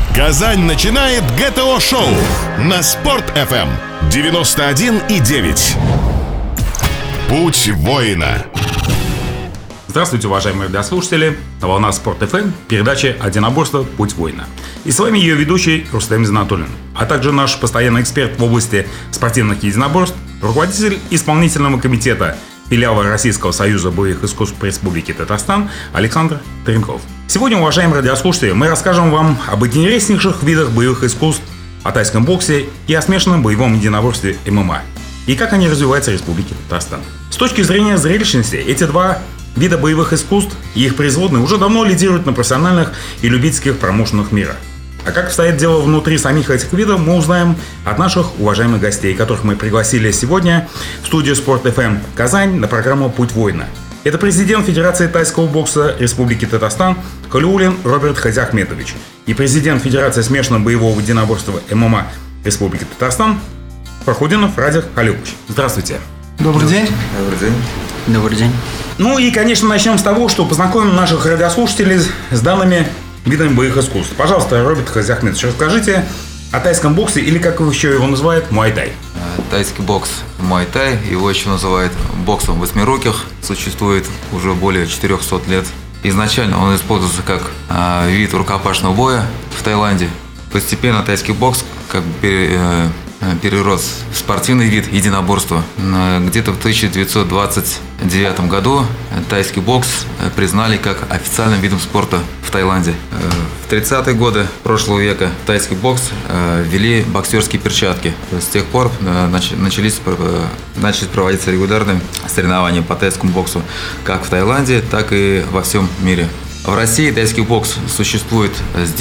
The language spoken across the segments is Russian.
Казань начинает ГТО-шоу на Спорт-ФМ 91,9. Путь воина. Здравствуйте, уважаемые радиослушатели. На волнах Спорт-ФМ передача «Единоборство. Путь воина». И с вами ее ведущий Рустем Зинатуллин, а также наш постоянный эксперт в области спортивных единоборств, руководитель исполнительного комитета филиала Российского союза боевых искусств по Республике Татарстан Александр Тренков. Сегодня, уважаемые радиослушатели, мы расскажем вам об интереснейших видах боевых искусств, о тайском боксе и о смешанном боевом единоборстве ММА, и как они развиваются в Республике Татарстан. С точки зрения зрелищности, эти два вида боевых искусств и их производные уже давно лидируют на профессиональных и любительских промоушенах мира. А как обстоит дело внутри самих этих видов, мы узнаем от наших уважаемых гостей, которых мы пригласили сегодня в студию Спорт-ФМ Казань на программу «Путь воина». Это президент Федерации тайского бокса Республики Татарстан Халиуллин Роберт Хазиахметович и президент Федерации смешанного боевого единоборства ММА Республики Татарстан Фархудинов Радик Халилович. Здравствуйте. Добрый день. Добрый день. Добрый день. Ну и, конечно, начнем с того, что познакомим наших радиослушателей с данными видами боевых искусств. Пожалуйста, Роберт Хазиахметович, расскажите о тайском боксе, или, как еще его называют, муай-тай. Тайский бокс муай-тай, его еще называют боксом восьмируких, существует уже более 400 лет. Изначально он использовался как вид рукопашного боя в Таиланде. Постепенно тайский бокс перерос в спортивный вид единоборства. Где-то в 1929 году тайский бокс признали как официальным видом спорта в Таиланде. В 30-е годы прошлого века в тайский бокс ввели боксерские перчатки. С тех пор начали проводиться регулярные соревнования по тайскому боксу как в Таиланде, так и во всем мире. В России тайский бокс существует с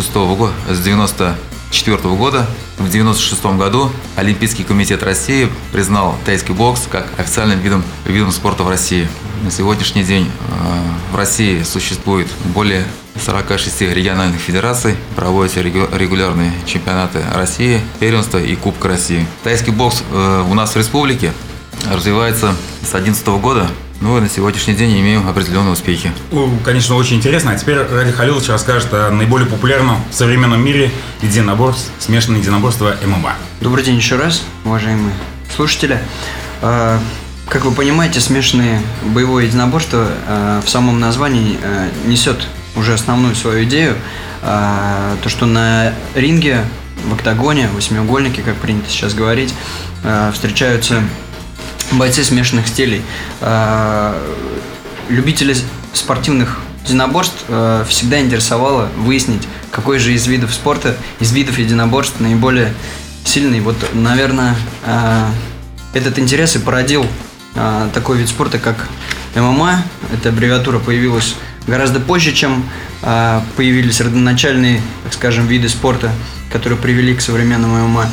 1994 года. В 1996 году Олимпийский комитет России признал тайский бокс как официальным видом спорта в России. На сегодняшний день в России существует более 46 региональных федераций, проводятся регулярные чемпионаты России, первенства и Кубка России. Тайский бокс у нас в республике развивается с 2011 года. Ну и на сегодняшний день имеем определенные успехи. Конечно, очень интересно. А теперь Радик Халилович расскажет о наиболее популярном в современном мире единоборстве, смешанное единоборство ММА. Добрый день еще раз, уважаемые слушатели. Как вы понимаете, смешанное боевое единоборство в самом названии несет уже основную свою идею. То, что на ринге, в октагоне, восьмиугольнике, как принято сейчас говорить, встречаются бойцы смешанных стилей. Любители спортивных единоборств всегда интересовало выяснить, какой же из видов спорта, из видов единоборств наиболее сильный. Вот, наверное, этот интерес и породил такой вид спорта, как ММА. Эта аббревиатура появилась гораздо позже, чем появились родоначальные, так скажем, виды спорта, которые привели к современному ММА.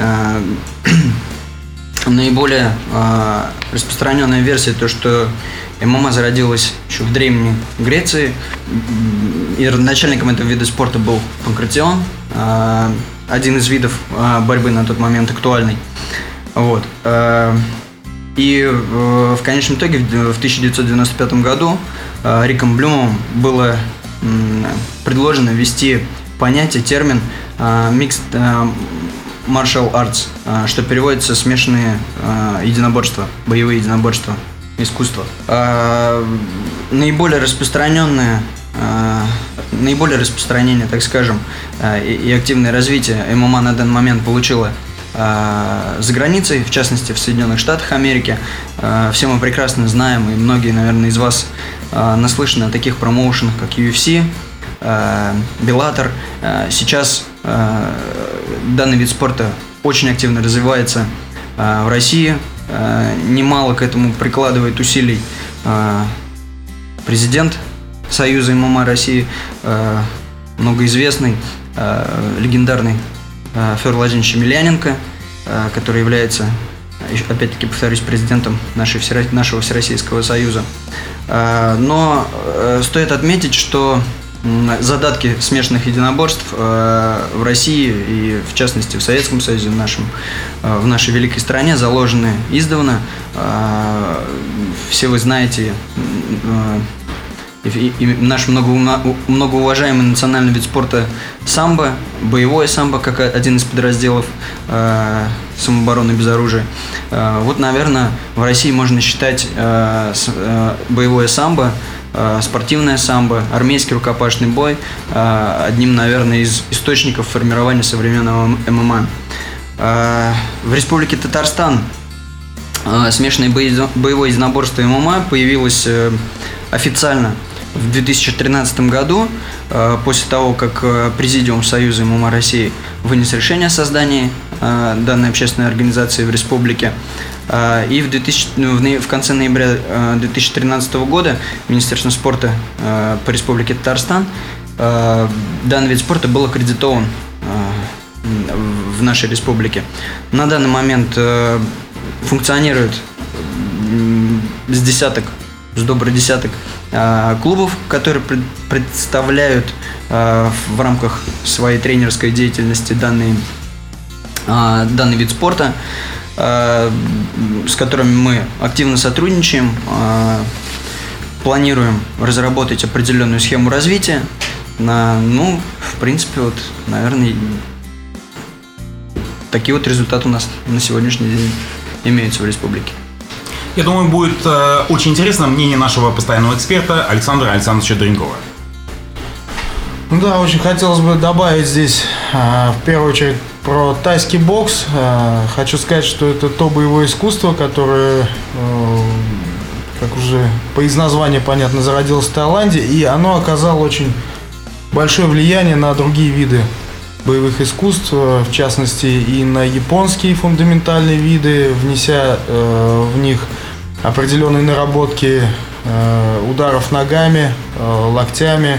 Наиболее распространенная версия то, что ММА зародилась еще в Древней Греции, и родоначальником этого вида спорта был панкратион, один из видов борьбы на тот момент актуальный. Вот. И в конечном итоге в 1995 году Риком Блюмом было предложено ввести понятие, термин «mixed martial arts», что переводится смешанные единоборства, боевые единоборства, искусство. Наиболее распространение, так скажем, и активное развитие ММА на данный момент получило за границей, в частности в Соединенных Штатах Америки. Все мы прекрасно знаем, и многие, наверное, из вас наслышаны о таких промоушенах, как UFC, Bellator. Сейчас данный вид спорта очень активно развивается в России. Немало к этому прикладывает усилий президент Союза ММА России, многоизвестный, легендарный Федор Владимирович Емельяненко, который является, опять-таки повторюсь, президентом нашего Всероссийского Союза. Но стоит отметить, что задатки смешанных единоборств в России и, в частности, в Советском Союзе, в нашей великой стране заложены издавна. Все вы знаете и наш многоуважаемый национальный вид спорта самбо, боевое самбо, как один из подразделов самообороны без оружия. Вот, наверное, в России можно считать боевое самбо, спортивное самбо, армейский рукопашный бой одним, наверное, из источников формирования современного ММА. В Республике Татарстан смешанное боевое единоборство ММА появилось официально в 2013 году, после того, как Президиум Союза ММА России вынес решение о создании данной общественной организации в республике. И в конце ноября 2013 года Министерством спорта по Республике Татарстан данный вид спорта был аккредитован в нашей республике. На данный момент функционирует с добрый десяток клубов, которые представляют в рамках своей тренерской деятельности данный вид спорта, с которыми мы активно сотрудничаем, планируем разработать определенную схему развития. В принципе, вот, наверное, такие вот результаты у нас на сегодняшний день имеются в республике. Я думаю, будет очень интересно мнение нашего постоянного эксперта Александра Александровича Дренкова. Да, очень хотелось бы добавить здесь, в первую очередь, про тайский бокс. Хочу сказать, что это то боевое искусство, которое, как уже из названия понятно, зародилось в Таиланде, и оно оказало очень большое влияние на другие виды боевых искусств, в частности и на японские фундаментальные виды, внеся в них определенные наработки ударов ногами, локтями,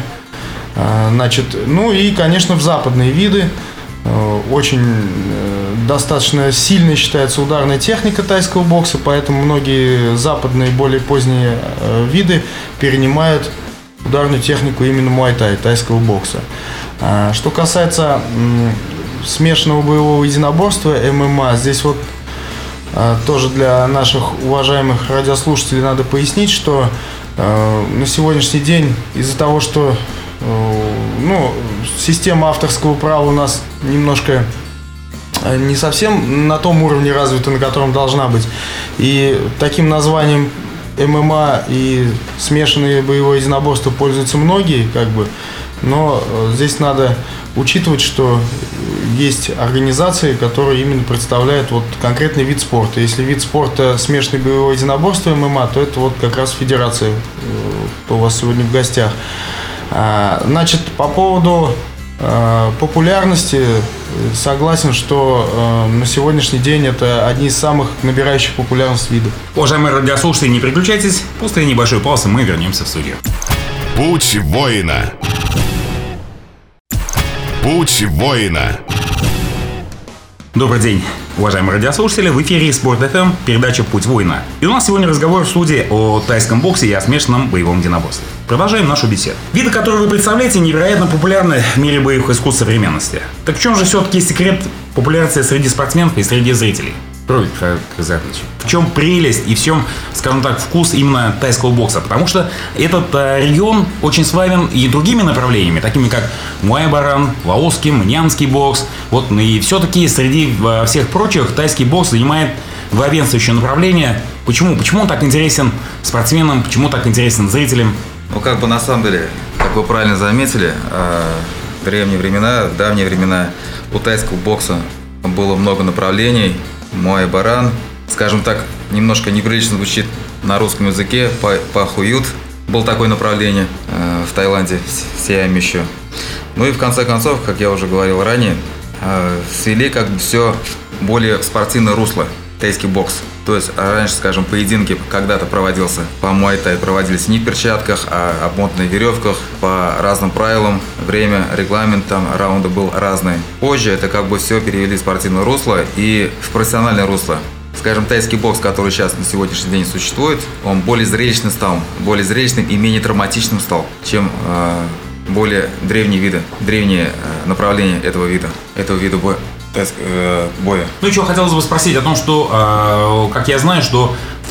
и, конечно, в западные виды. Очень достаточно сильной считается ударная техника тайского бокса, поэтому многие западные, более поздние виды перенимают ударную технику именно муай-тай, тайского бокса. Что касается смешанного боевого единоборства ММА, здесь вот тоже для наших уважаемых радиослушателей надо пояснить, что на сегодняшний день из-за того, что система авторского права у нас немножко не совсем на том уровне развита, на котором должна быть, и таким названием ММА и смешанное боевое единоборство пользуются многие, но здесь надо учитывать, что есть организации, которые именно представляют вот конкретный вид спорта. Если вид спорта смешанное боевое единоборство ММА, то это вот как раз федерация, кто у вас сегодня в гостях. Значит, по поводу популярности согласен, что на сегодняшний день это одни из самых набирающих популярность видов. Уважаемые радиослушатели, не переключайтесь. После небольшой паузы мы вернемся в студию. Путь воина. Путь воина. Добрый день, уважаемые радиослушатели. В эфире Спорт ФМ, передача «Путь воина». И у нас сегодня разговор в студии о тайском боксе и о смешанном боевом единоборстве. Продолжаем нашу беседу. Виды, которые вы представляете, невероятно популярны в мире боевых искусств современности. Так в чем же все-таки секрет популярности среди спортсменов и среди зрителей? В чем прелесть и в чем, скажем так, вкус именно тайского бокса? Потому что этот регион очень славен и другими направлениями, такими как муай-баран, лаосский, мнянский бокс. И все-таки среди всех прочих тайский бокс занимает главенствующее направление. Почему? Почему он так интересен спортсменам? Почему так интересен зрителям? На самом деле, как вы правильно заметили, в давние времена у тайского бокса было много направлений. Муай-баран, скажем так, немножко неприлично звучит на русском языке, пахуют, было такое направление в Таиланде, в Сиаме еще. И в конце концов, как я уже говорил ранее, свели все более в спортивное русло, тайский бокс. То есть раньше, скажем, поединки когда-то проводился по муай-тай, проводились не в перчатках, а обмотанных веревках по разным правилам. Время, регламент раунда был разный. Позже это все перевели в спортивное русло и в профессиональное русло. Скажем, тайский бокс, который сейчас на сегодняшний день существует, он более зрелищным стал, более зрелищным и менее травматичным стал, чем более древние виды, древние направления этого вида боя. Еще хотелось бы спросить о том, что, как я знаю, что в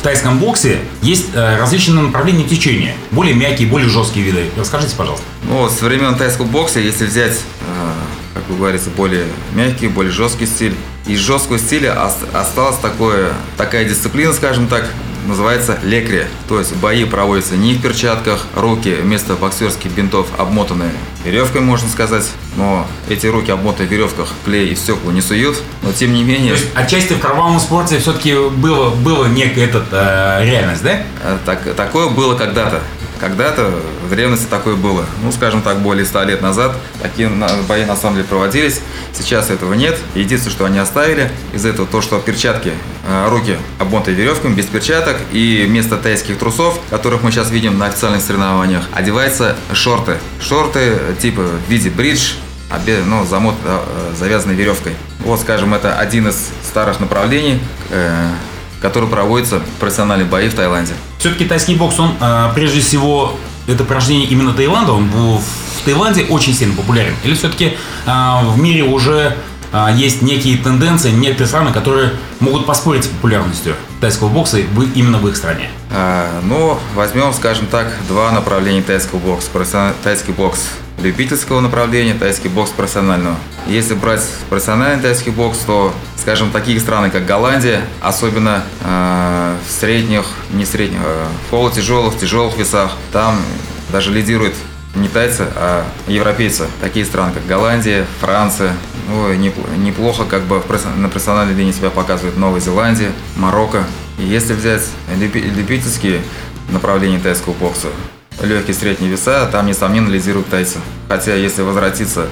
тайском боксе есть различные направления течения. Более мягкие, более жесткие виды. Расскажите, пожалуйста. Ну, со времен тайского бокса, если взять, как бы говорится, более мягкий, более жесткий стиль. Из жесткого стиля осталась такая дисциплина, скажем так, называется лекре. То есть бои проводятся не в перчатках, руки вместо боксерских бинтов обмотаны веревкой, можно сказать. Но эти руки, обмотанные в веревках, клей и стекла не суют. Но тем не менее... То есть отчасти в кровавом спорте все-таки было некая реальность, да? Такое было когда-то. Когда-то в древности такое было. Ну, скажем так, более 100 лет назад такие бои на самом деле проводились. Сейчас этого нет. Единственное, что они оставили из этого, то, что перчатки, руки обмотаны веревками, без перчаток. И вместо тайских трусов, которых мы сейчас видим на официальных соревнованиях, одеваются шорты. Шорты типа в виде бридж, завязанной веревкой. Вот, скажем, это один из старых направлений, который проводится профессиональные бои в Таиланде. Все-таки тайский бокс, он прежде всего, это порождение именно Таиланда, он в Таиланде очень сильно популярен? Или все-таки в мире уже есть некие тенденции, некоторые страны, которые могут поспорить с популярностью тайского бокса именно в их стране? Возьмем, скажем так, два направления тайского бокса. Тайский бокс любительского направления, тайский бокс профессионального. Если брать профессиональный тайский бокс, то, скажем, такие страны, как Голландия, особенно в полутяжелых весах, там даже лидируют не тайцы, а европейцы. Такие страны, как Голландия, Франция. Неплохо на профессиональной линии себя показывает Новая Зеландия, Марокко. И если взять любительские направления тайского бокса, легкие средние веса, там, несомненно, лидируют тайцы. Хотя, если возвратиться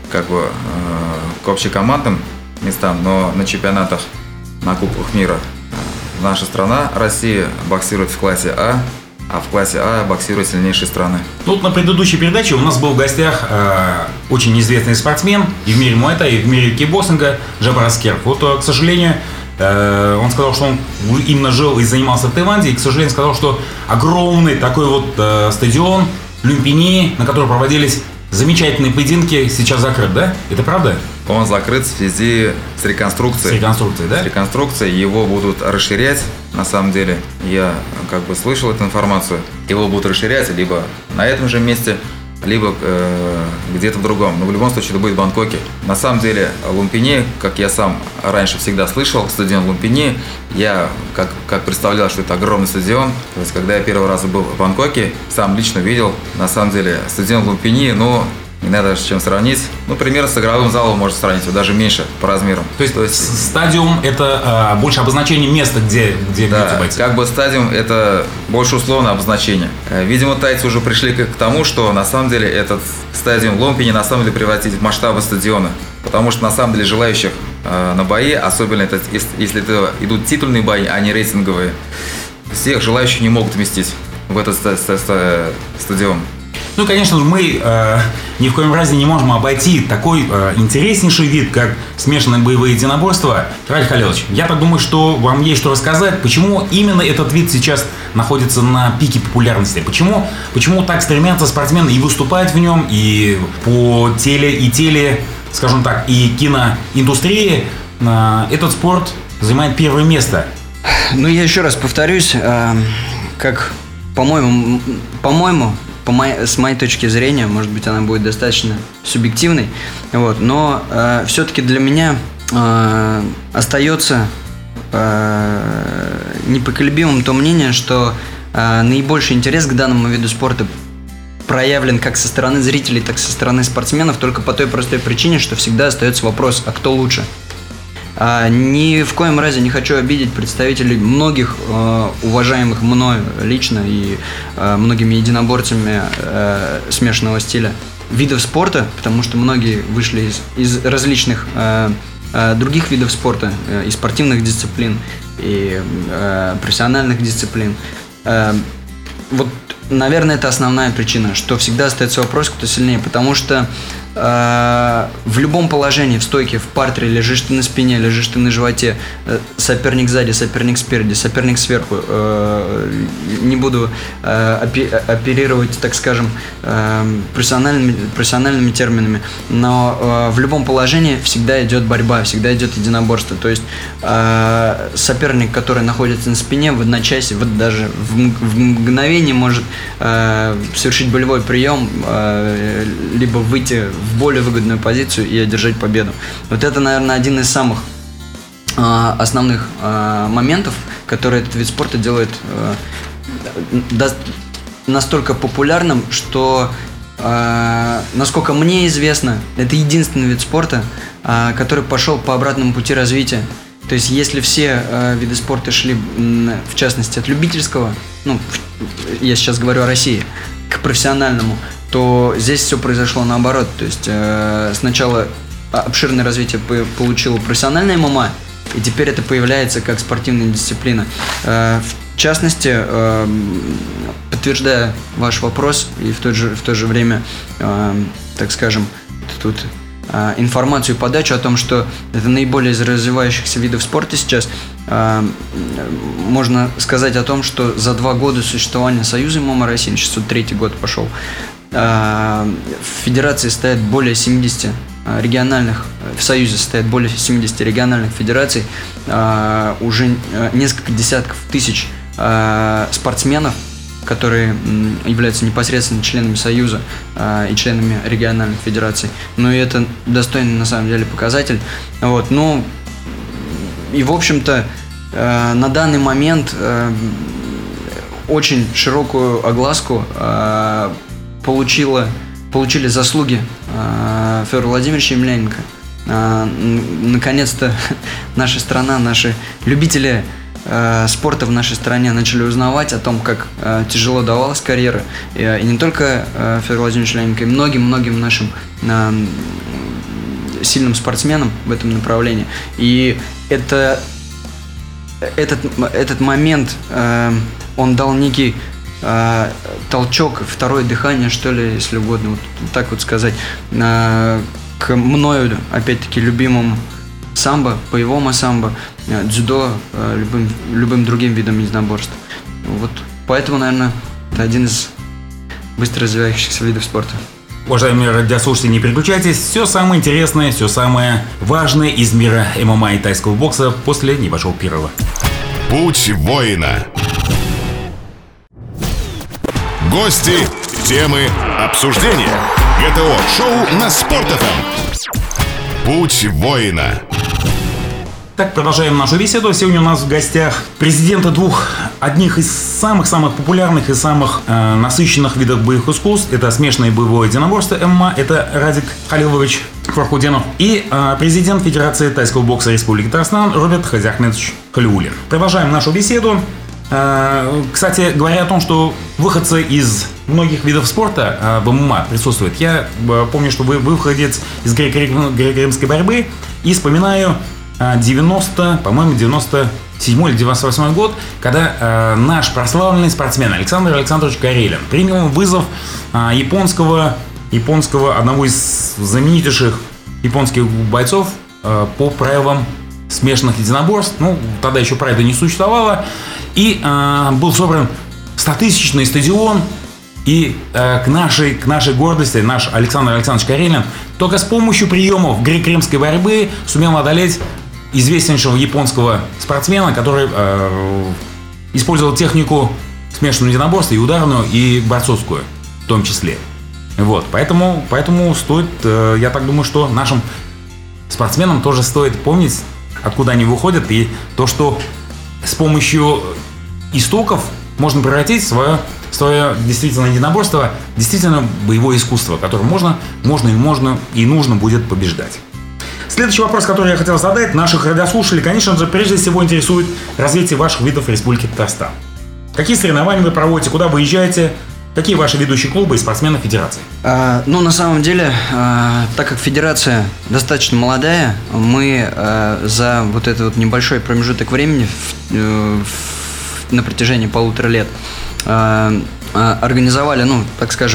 к общекомандным местам, но на чемпионатах, на Кубках мира, наша страна, Россия, боксирует в классе а в классе А боксируют сильнейшие страны. На предыдущей передаче у нас был в гостях очень известный спортсмен и в мире муай-тай, и в мире кикбоксинга Джабар Аскеров. К сожалению, он сказал, что он именно жил и занимался в Таиланде, и, к сожалению, сказал, что огромный такой стадион Люмпини, на котором проводились замечательные поединки, сейчас закрыт, да? Это правда? Он закрыт в связи с реконструкцией. С реконструкцией, да? С реконструкцией. Его будут расширять, на самом деле. Я слышал эту информацию. Его будут расширять либо на этом же месте, либо где-то в другом. Но в любом случае это будет в Бангкоке. На самом деле Лумпини, как я сам раньше всегда слышал, стадион Лумпини, я как представлял, что это огромный стадион. То есть, когда я первый раз был в Бангкоке, сам лично видел, на самом деле, стадион Лумпини, не надо даже с чем сравнить. Примерно с игровым залом можно сравнить, даже меньше по размерам. То есть стадиум – это больше обозначение места, где бьются бойцы? Стадиум – это больше условное обозначение. Видимо, тайцы уже пришли к тому, что на самом деле этот стадиум Лумпини на самом деле превратить в масштабы стадиона. Потому что на самом деле желающих на бои, особенно если это идут титульные бои, а не рейтинговые, всех желающих не могут вместить в этот стадион. Конечно же, мы ни в коем разе не можем обойти такой интереснейший вид, как смешанные боевые единоборства. Рафик Халилович, я так думаю, что вам есть что рассказать, почему именно этот вид сейчас находится на пике популярности. Почему так стремятся спортсмены и выступать в нем, и по скажем так, и киноиндустрии этот спорт занимает первое место. Я еще раз повторюсь, как, по-моему, с моей точки зрения, может быть, она будет достаточно субъективной, но все-таки для меня остается непоколебимым то мнение, что наибольший интерес к данному виду спорта проявлен как со стороны зрителей, так и со стороны спортсменов, только по той простой причине, что всегда остается вопрос, а кто лучше? Ни в коем разе не хочу обидеть представителей многих уважаемых мною лично и многими единоборцами смешанного стиля видов спорта, потому что многие вышли из различных других видов спорта, и спортивных дисциплин, и профессиональных дисциплин. Наверное, это основная причина, что всегда остается вопрос, кто сильнее, потому что в любом положении, в стойке, в партере, лежишь ты на спине, лежишь ты на животе, соперник сзади, соперник спереди, соперник сверху. Не буду оперировать, так скажем, профессиональными терминами, но в любом положении всегда идет борьба, всегда идет единоборство. То есть соперник, который находится на спине, в одночасье, вот даже в мгновение может совершить болевой прием, либо выйти в более выгодную позицию и одержать победу. Вот это, наверное, один из самых основных моментов, которые этот вид спорта делает настолько популярным, что, насколько мне известно, это единственный вид спорта, который пошел по обратному пути развития. То есть, если все виды спорта шли, в частности, от любительского, я сейчас говорю о России, к профессиональному, то здесь все произошло наоборот. То есть, сначала обширное развитие получила профессиональная ММА, и теперь это появляется как спортивная дисциплина. В частности, подтверждая ваш вопрос и в то же время, так скажем, тут информацию и подачу о том, что это наиболее из развивающихся видов спорта сейчас, можно сказать о том, что за 2 года существования Союза ММА России, сейчас 3-й год пошел, в Федерации стоят более 70 региональных, в Союзе состоят более 70 региональных федераций, уже несколько десятков тысяч спортсменов, которые являются непосредственно членами Союза и членами региональных федераций. Ну и это достойный на самом деле показатель. Вот. Ну и в общем-то на данный момент очень широкую огласку получили заслуги Федора Владимировича Емельяненко. Наконец-то наша страна, наши любители спорта в нашей стране начали узнавать о том, как тяжело давалась карьера. И не только Федор Владимирович Емельяненко, и многим нашим сильным спортсменам в этом направлении. И этот момент, он дал некий толчок, второе дыхание, что ли, если угодно, вот так вот сказать, к мною, опять-таки, любимому самбо, боевому самбо, дзюдо, любым другим видом единоборств. Вот поэтому, наверное, это один из быстро развивающихся видов спорта. Уважаемые радиослушатели, не переключайтесь. Все самое интересное, все самое важное из мира ММА и тайского бокса после небольшого перерыва. Путь воина. Гости, темы, обсуждения. ГТО-шоу на Спорт.ФМ. Путь воина. Так, продолжаем нашу беседу. Сегодня у нас в гостях президенты одних из самых-самых популярных и самых насыщенных видов боевых искусств. Это смешанное боевое единоборство ММА. Это Радик Халилович Фархудинов. И президент Федерации тайского бокса Республики Татарстан Роберт Хазиахметович Халиуллин. Продолжаем нашу беседу. Кстати, говоря о том, что выходцы из многих видов спорта в ММА присутствуют, я помню, что вы выходец из греко-римской борьбы, и вспоминаю 97 или 98 год, когда наш прославленный спортсмен Александр Александрович Карелин принял вызов японского одного из знаменитейших японских бойцов по правилам смешанных единоборств. Ну, тогда еще прайда не существовало. И был собран 100-тысячный стадион. И к нашей гордости наш Александр Александрович Карелин только с помощью приемов греко-римской борьбы сумел одолеть известнейшего японского спортсмена, который использовал технику смешанного единоборства, и ударную, и борцовскую в том числе. Вот, поэтому стоит, я так думаю, что нашим спортсменам тоже стоит помнить, откуда они выходят, и то, что с помощью истоков можно превратить свое действительно единоборство, действительно боевое искусство, которое можно и нужно будет побеждать. Следующий вопрос, который я хотел задать наших радиослушателей, конечно же, прежде всего интересует развитие ваших видов в Республике Татарстан. Какие соревнования вы проводите, куда вы езжаете, какие ваши ведущие клубы и спортсмены федерации? На самом деле, так как федерация достаточно молодая, мы за вот этот вот небольшой промежуток времени на протяжении 1,5 лет организовали, так скажем,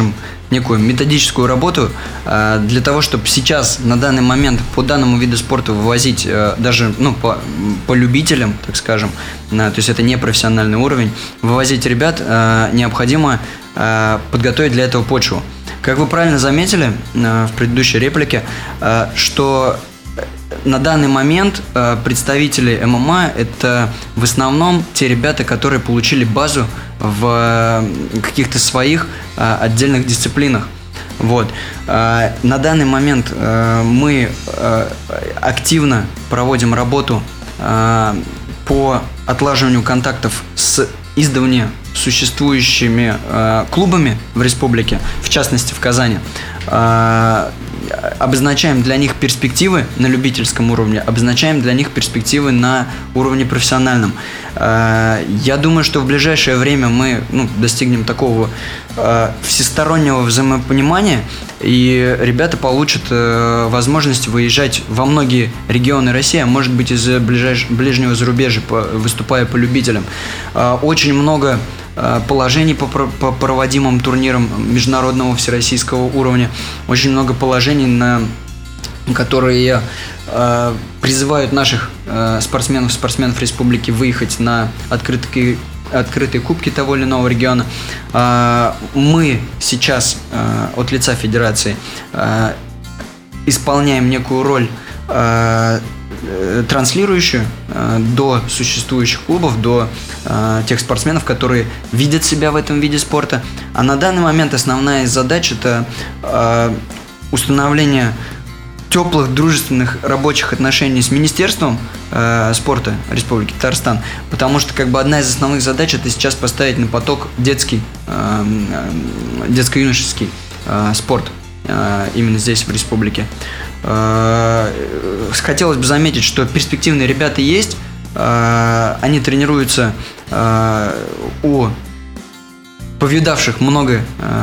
некую методическую работу для того, чтобы сейчас на данный момент по данному виду спорта вывозить даже по любителям, так скажем, то есть это не профессиональный уровень, вывозить ребят необходимо подготовить для этого почву. Как вы правильно заметили в предыдущей реплике, что на данный момент представители ММА – это в основном те ребята, которые получили базу в каких-то своих отдельных дисциплинах. Вот. На данный момент мы активно проводим работу по отлаживанию контактов с издавна существующими клубами в республике, в частности в Казани. Обозначаем для них перспективы на любительском уровне, обозначаем для них перспективы на уровне профессиональном. Я думаю, что в ближайшее время мы достигнем такого всестороннего взаимопонимания, и ребята получат возможность выезжать во многие регионы России, а может быть из ближнего зарубежья, выступая по любителям. Очень много положений по проводимым турнирам международного всероссийского уровня, очень много положений, на которые призывают наших спортсменов республики выехать на открытые кубки того или иного региона. Мы сейчас от лица федерации исполняем некую роль транслирующую до существующих клубов, до тех спортсменов, которые видят себя в этом виде спорта. А на данный момент основная задача – это установление теплых, дружественных рабочих отношений с Министерством спорта Республики Татарстан, потому что одна из основных задач – это сейчас поставить на поток детско-юношеский спорт именно здесь, в республике. Хотелось бы заметить, что перспективные ребята есть, они тренируются у повидавших много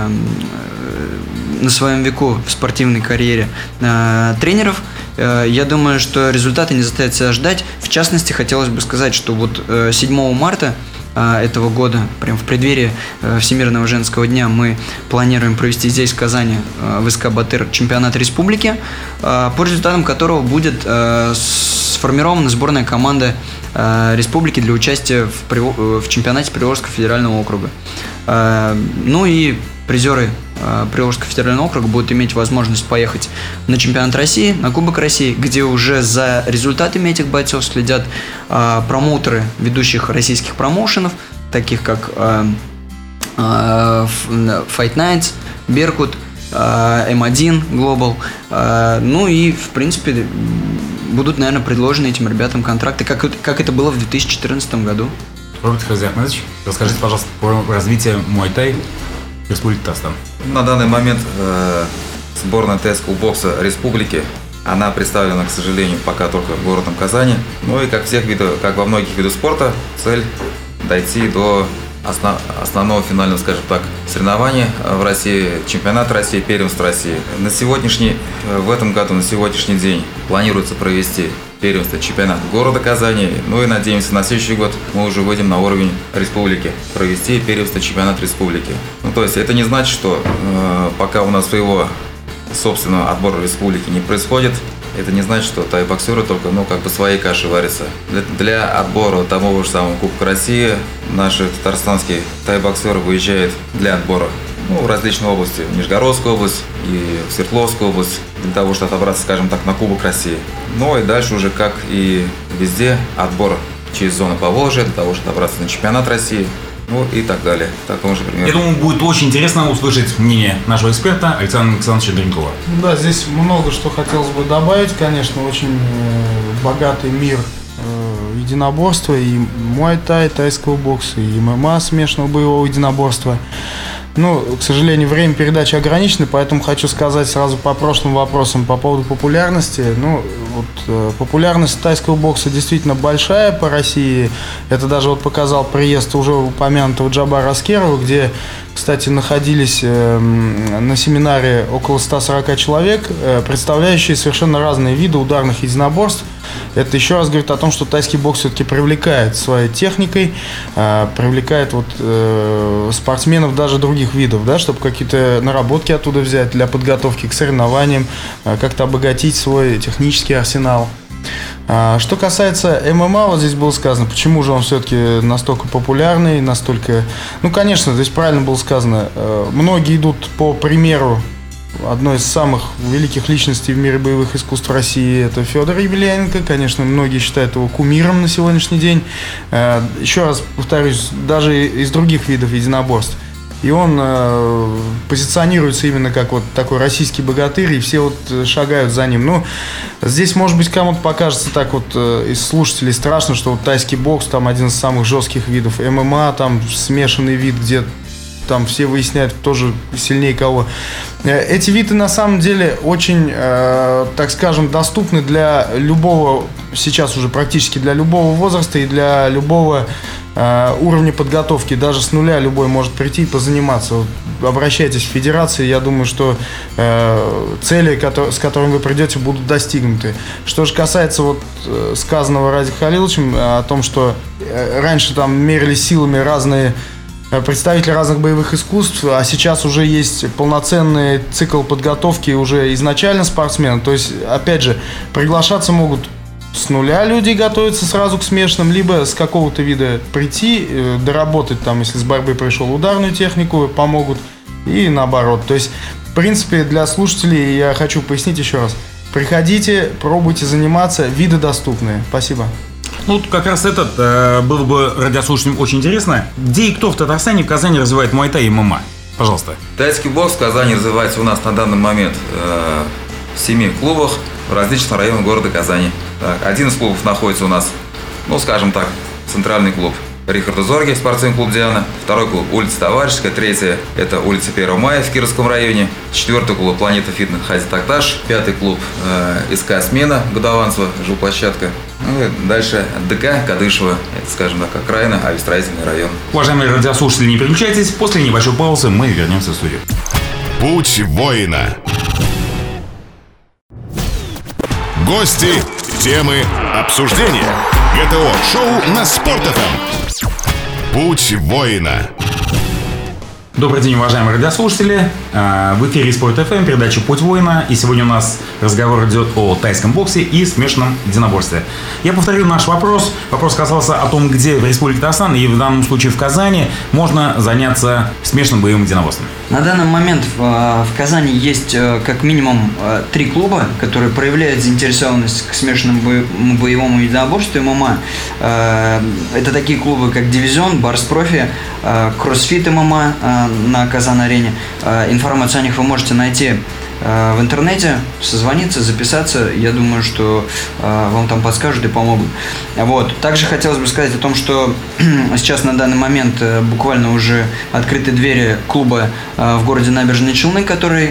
на своем веку в спортивной карьере тренеров. Я думаю, что результаты не заставят себя ждать. В частности, хотелось бы сказать, что 7 марта этого года, прямо в преддверии Всемирного женского дня, мы планируем провести здесь, в Казани, в СК «Батыр» чемпионат республики, по результатам которого будет сформирована сборная команда республики для участия в чемпионате Приволжского федерального округа. И призеры Приволжского федерального округа будут иметь возможность поехать на чемпионат России, на Кубок России, где уже за результатами этих бойцов следят промоутеры ведущих российских промоушенов, таких как Fight Nights, Беркут, М1 Global. И, в принципе, будут, наверное, предложены этим ребятам контракты, как это было в 2014 году. Роберт Хазиахмедович, расскажите, пожалуйста, про развитие муай-тай Республики Татарстан. На данный момент сборная тайского бокса республики, она представлена, к сожалению, пока только городом Казани. И как во многих видах спорта, цель дойти до основного финального, скажем так, соревнования в России, чемпионат России, первенство России. В этом году, на сегодняшний день планируется провести первенство чемпионата города Казани. И надеемся, на следующий год мы уже выйдем на уровень республики, провести первенство чемпионата республики. То есть это не значит, что пока у нас своего собственного отбора республики не происходит, это не значит, что тай-боксеры только своей кашей варятся. Для отбора того же самого Кубка России наши татарстанские тай-боксеры выезжают для отбора в различные области, в Нижегородскую область и в Свердловскую область, для того, чтобы отобраться, скажем так, на Кубок России. И дальше уже, как и везде, отбор через зону Поволжья, для того, чтобы отобраться на чемпионат России, и так далее. Такому же примеру. Я думаю, будет очень интересно услышать мнение нашего эксперта Александра Александровича Дренкова. Да, здесь много что хотелось бы добавить. Конечно, очень богатый мир единоборства, и муай-тай, тайского бокса, и ММА, смешанного боевого единоборства. К сожалению, время передачи ограничено, поэтому хочу сказать сразу по прошлым вопросам по поводу популярности. Популярность тайского бокса действительно большая по России. Это даже показал приезд уже упомянутого Джабара Аскерова, где, кстати, находились на семинаре около 140 человек, представляющие совершенно разные виды ударных единоборств. это еще раз говорит о том, что тайский бокс все-таки привлекает своей техникой, привлекает спортсменов даже других видов, да, чтобы какие-то наработки оттуда взять для подготовки к соревнованиям, как-то обогатить свой технический арсенал. Что касается ММА, вот здесь было сказано, почему же он все-таки настолько популярный, настолько... Ну, конечно, здесь правильно было сказано, многие идут по примеру одной из самых великих личностей в мире боевых искусств России, это Федор Емельяненко. Конечно, многие считают его кумиром на сегодняшний день. Еще раз повторюсь, даже из других видов единоборств. И он позиционируется именно как вот такой российский богатырь, и все вот шагают за ним. Ну, здесь, может быть, кому-то покажется так вот из слушателей страшно, что вот тайский бокс там один из самых жестких видов. ММА там смешанный вид, где там все выясняют, кто же сильнее кого. Эти виды на самом деле очень, так скажем, доступны для любого, сейчас уже практически для любого возраста и для любого уровня подготовки. Даже с нуля любой может прийти и позаниматься. Вот, обращайтесь в федерации, я думаю, что цели, с которыми вы придете, будут достигнуты. Что же касается вот сказанного Ради Халиловичем о том, что раньше там мерились силами разные представители разных боевых искусств, а сейчас уже есть полноценный цикл подготовки уже изначально спортсменов. То есть, опять же, приглашаться могут с нуля люди, готовятся сразу к смешанным, либо с какого-то вида прийти, доработать там, если с борьбы пришел, ударную технику, помогут, и наоборот. То есть, в принципе, для слушателей я хочу пояснить еще раз. Приходите, пробуйте заниматься, виды доступны. Спасибо. Ну, как раз было бы радиослушателям очень интересно. Где и кто в Татарстане, в Казани развивает муай-тай и ММА? Пожалуйста. Тайский бокс в Казани развивается у нас на данный момент в 7 клубах в различных районах города Казани. Один из клубов находится у нас, ну, скажем так, центральный клуб Рихарда Зорги, спортивный клуб «Диана». Второй клуб улица Товарищеская. Третий – это улица 1 мая в Кировском районе. Четвертый клуб «Планета Фитнес» Хази Такташ. Пятый клуб СК «Смена» Гудованцева, жилплощадка. Ну и дальше ДК Кадышева, это, скажем так, окраина, авиастроительный район. Уважаемые радиослушатели, не переключайтесь. После небольшой паузы мы вернемся в студию. Путь воина. Гости, темы, обсуждения. ГТО-шоу на Спорт.ФМ. Путь воина. Добрый день, уважаемые радиослушатели. В эфире Спорт.ФМ, передача «Путь воина». И сегодня у нас разговор идет о тайском боксе и смешанном единоборстве. Я повторю наш вопрос. Вопрос касался о том, где в Республике Татарстан, и в данном случае в Казани, можно заняться смешанным боевым единоборством. На данный момент в Казани есть как минимум 3 клуба, которые проявляют заинтересованность к смешанному боевому единоборству ММА. Это такие клубы, как «Дивизион», «Барс Профи», «Кроссфит ММА» на Казан-арене. Информацию о них вы можете найти в интернете, созвониться, записаться. Я думаю, что вам там подскажут и помогут. Вот. Также хотелось бы сказать о том, что сейчас на данный момент буквально уже открыты двери клуба в городе Набережные Челны, который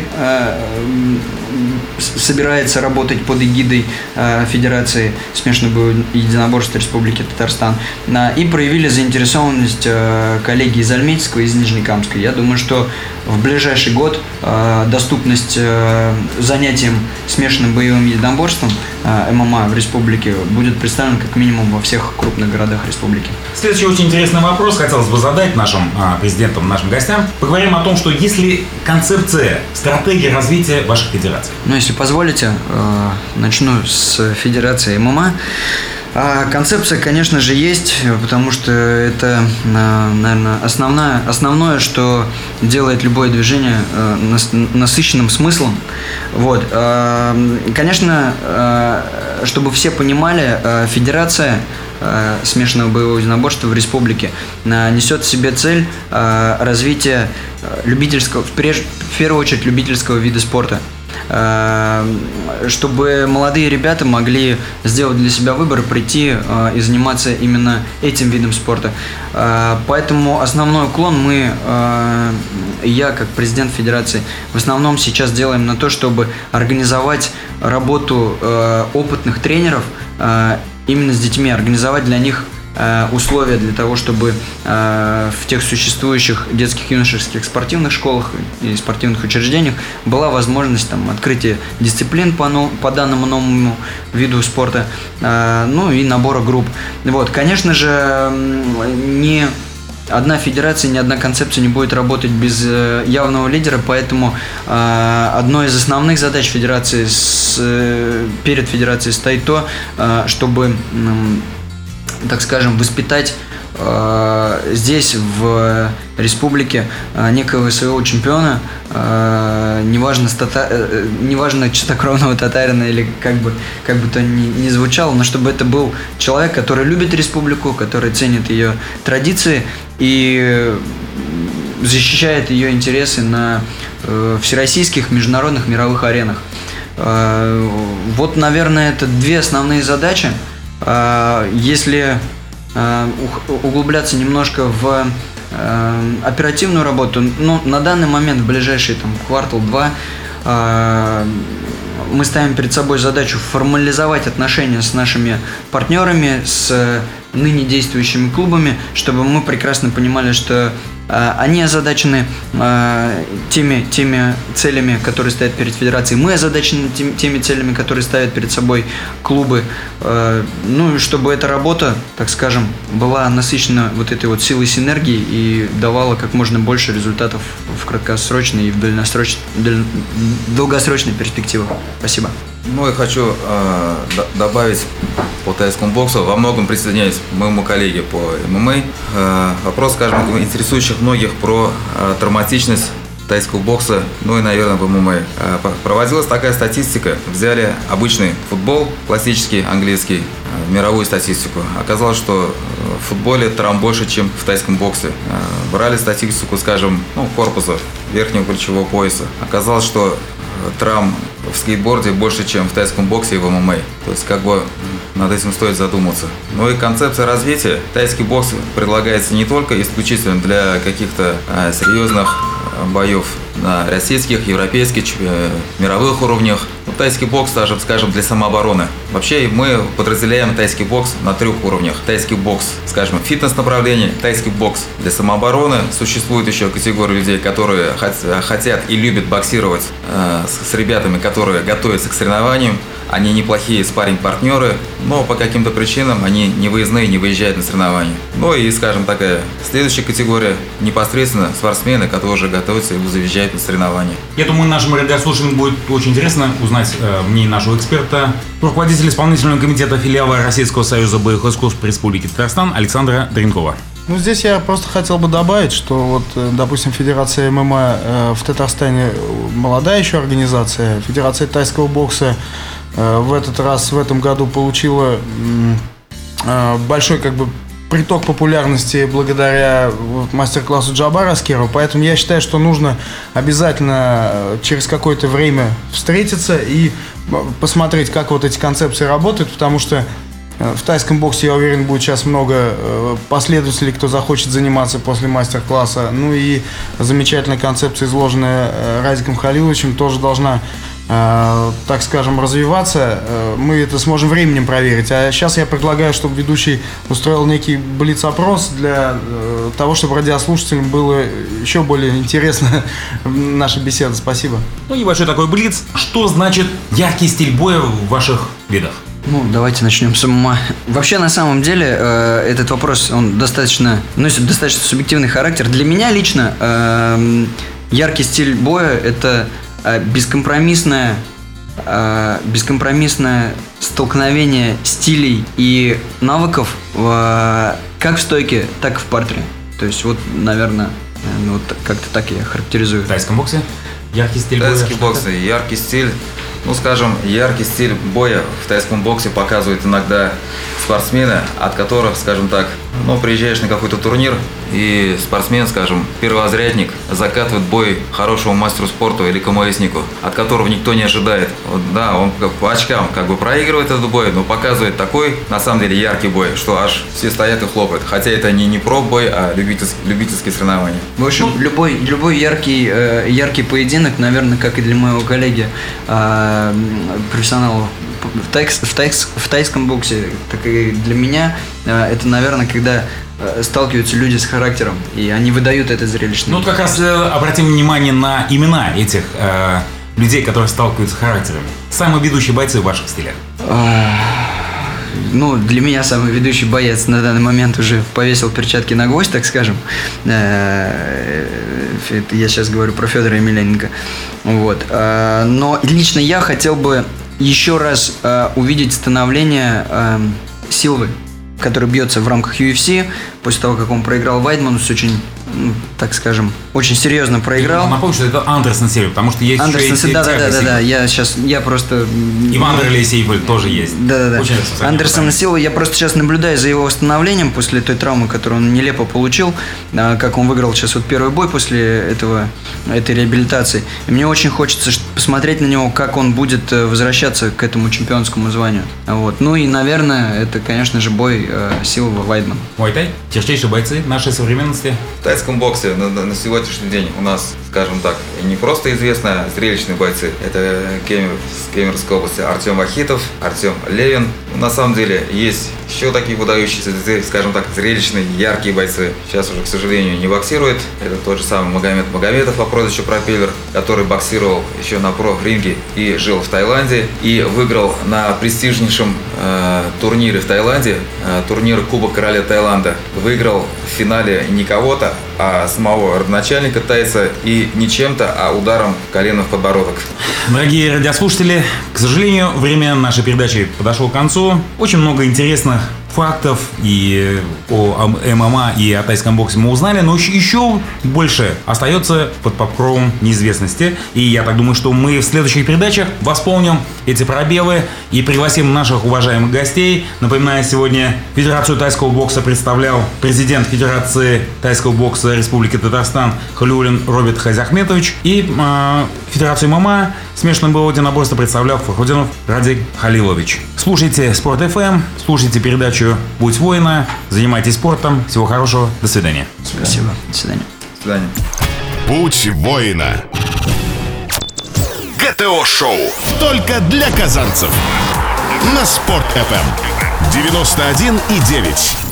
собирается работать под эгидой Федерации смешанного боевого единоборства Республики Татарстан. И проявили заинтересованность коллеги из Альметьевского и из Нижнекамска. Я думаю, что в ближайший год доступность занятиям смешанным боевым единоборством ММА в республике будет представлена как минимум во всех крупных городах республики. Следующий очень интересный вопрос хотелось бы задать нашим президентам, нашим гостям. Поговорим о том, что есть ли концепция, стратегия развития ваших федераций? Ну, если позволите, начну с Федерации ММА. Концепция, конечно же, есть, потому что это, наверное, основное, что делает любое движение насыщенным смыслом. Вот. Конечно, чтобы все понимали, Федерация смешанного боевого единоборства в республике несет в себе цель развития любительского, в первую очередь, любительского вида спорта. Чтобы молодые ребята могли сделать для себя выбор, прийти и заниматься именно этим видом спорта. Поэтому основной уклон я как президент Федерации, в основном сейчас делаем на то, чтобы организовать работу опытных тренеров именно с детьми, организовать для них условия для того, чтобы в тех существующих детских юношеских спортивных школах и спортивных учреждениях была возможность там открытия дисциплин по данному новому виду спорта, ну и набора групп. Вот, конечно же, ни одна федерация, ни одна концепция не будет работать без явного лидера, поэтому одной из основных задач федерации перед федерацией стоит то, чтобы, так скажем, воспитать здесь, в республике, некого своего чемпиона, неважно чистокровного татарина или как бы то ни звучало, но чтобы это был человек, который любит республику, который ценит ее традиции и защищает ее интересы на всероссийских, международных, мировых аренах. Вот, наверное, это две основные задачи. Если углубляться немножко в оперативную работу, ну, на данный момент, в ближайший квартал-два, мы ставим перед собой задачу формализовать отношения с нашими партнерами, с ныне действующими клубами, чтобы мы прекрасно понимали, что они озадачены теми целями, которые стоят перед федерацией, мы озадачены теми целями, которые ставят перед собой клубы. Ну и чтобы эта работа, так скажем, была насыщена вот этой вот силой синергии и давала как можно больше результатов в краткосрочной и в долгосрочной перспективах. Спасибо. Ну, я хочу добавить по тайскому боксу. Во многом присоединяюсь к моему коллеге по ММА. Вопрос, скажем, интересующих многих про травматичность тайского бокса, ну и, наверное, в ММА. Проводилась такая статистика. Взяли обычный футбол, классический английский, мировую статистику. Оказалось, что в футболе травм больше, чем в тайском боксе. Брали статистику, скажем, корпуса, верхнего плечевого пояса. Оказалось, что травм в скейтборде больше, чем в тайском боксе и в ММА. То есть, над этим стоит задуматься. Ну и концепция развития. Тайский бокс предлагается не только исключительно для каких-то серьезных боев на российских, европейских, мировых уровнях. Тайский бокс даже, скажем, для самообороны. Вообще мы подразделяем тайский бокс на 3 уровнях. Тайский бокс, скажем, фитнес-направление, тайский бокс для самообороны. Существует еще категория людей, которые хотят и любят боксировать с ребятами, которые готовятся к соревнованиям. Они неплохие спарринг-партнеры, но по каким-то причинам они не выездные, не выезжают на соревнования. Ну и, скажем, такая следующая категория непосредственно спортсмены, которые уже готовятся и заезжают на соревнования. Я думаю, нашим радиослушателям будет очень интересно узнать мнение нашего эксперта, руководителя исполнительного комитета филиала Российского союза боевых искусств Республики Татарстан Александра Дренкова. Ну, здесь я просто хотел бы добавить, что вот, допустим, Федерация ММА в Татарстане молодая еще организация. Федерация тайского бокса в этом году получила большой приток популярности благодаря мастер-классу Джабара Аскерова. Поэтому я считаю, что нужно обязательно через какое-то время встретиться и посмотреть, как вот эти концепции работают, потому что в тайском боксе, я уверен, будет сейчас много последователей, кто захочет заниматься после мастер-класса. Ну и замечательная концепция, изложенная Разиком Халиловичем, тоже должна, так скажем, развиваться. Мы это сможем временем проверить. А сейчас я предлагаю, чтобы ведущий устроил некий блиц-опрос для того, чтобы радиослушателям было еще более интересно наша беседа. Спасибо. Ну, небольшой такой блиц. Что значит яркий стиль боя в ваших видах? Ну, давайте начнем с ММА. Вообще, на самом деле, этот вопрос, он носит достаточно субъективный характер. Для меня лично яркий стиль боя – это бескомпромиссное столкновение стилей и навыков как в стойке, так и в партере. То есть, вот, наверное, вот как-то так я характеризую. В тайском боксе яркий стиль боя? Тайский бокс, яркий стиль. Ну, скажем, яркий стиль боя в тайском боксе показывают иногда спортсмены, от которых, скажем так, приезжаешь на какой-то турнир, и спортсмен, скажем, перворазрядник, закатывает бой хорошему мастеру спорта или КМСнику, от которого никто не ожидает. Вот, да, он по очкам проигрывает этот бой, но показывает такой, на самом деле, яркий бой, что аж все стоят и хлопают. Хотя это не про-бой, а любительские соревнования. В общем, любой яркий поединок, наверное, как и для моего коллеги, профессионала в тайском боксе, так и для меня, это, наверное, когда сталкиваются люди с характером, и они выдают это зрелищно. Ну, как раз обратим внимание на имена этих людей, которые сталкиваются с характерами. Самые ведущие бойцы в ваших стилях. Ну, для меня самый ведущий боец на данный момент уже повесил перчатки на гвоздь, так скажем. Это я сейчас говорю про Федора Емельяненко. Вот. Но лично я хотел бы еще раз увидеть становление Силвы, который бьется в рамках UFC, после того, как он проиграл Вайдману с очень, так скажем, очень серьезно проиграл. Напомню, что это Андерсон Сильва, потому что есть Андерсон, еще и да, я просто... Иван Релесейфель тоже есть. Да. Андерсон Силва, я просто сейчас наблюдаю за его восстановлением после той травмы, которую он нелепо получил, как он выиграл сейчас вот первый бой после этой реабилитации. И мне очень хочется посмотреть на него, как он будет возвращаться к этому чемпионскому званию. Вот. Ну и, наверное, это, конечно же, бой Силва-Вайдман. Муай-тай, ярчайшие бойцы нашей современности. В тайском боксе на сегодняшний день у нас, скажем так, не просто известные зрелищные бойцы. Это с Кемеровской области Артем Вахитов, Артем Левин. На самом деле есть еще такие выдающиеся, скажем так, зрелищные, яркие бойцы. Сейчас уже, к сожалению, не боксирует. Это тот же самый Магомед Магомедов по прозвищу Пропеллер, который боксировал еще на проф-ринге и жил в Таиланде. И выиграл на престижнейшем турнире в Таиланде, турнир Кубок Короля Таиланда. Выиграл в финале не кого-то, а самого родоначальника тайца, и не чем-то, а ударом коленом в подбородок. Дорогие радиослушатели, к сожалению, время нашей передачи подошло к концу. Очень много интересных фактов и о ММА, и о тайском боксе мы узнали, но еще больше остается под покровом неизвестности. И я так думаю, что мы в следующих передачах восполним эти пробелы и пригласим наших уважаемых гостей. Напоминаю, сегодня Федерацию тайского бокса представлял президент Федерации тайского бокса Республики Татарстан Халиуллин Роберт Хазиахметович, и Федерацию ММА смешанное боевое единоборство представлял Фахрудинов Радик Халилович. Слушайте Спорт FM, слушайте передачу «Путь воина», занимайтесь спортом. Всего хорошего. До свидания. Спасибо. До свидания. До свидания. Путь воина. ГТО-шоу. Только для казанцев. На Спорт FM 91,9.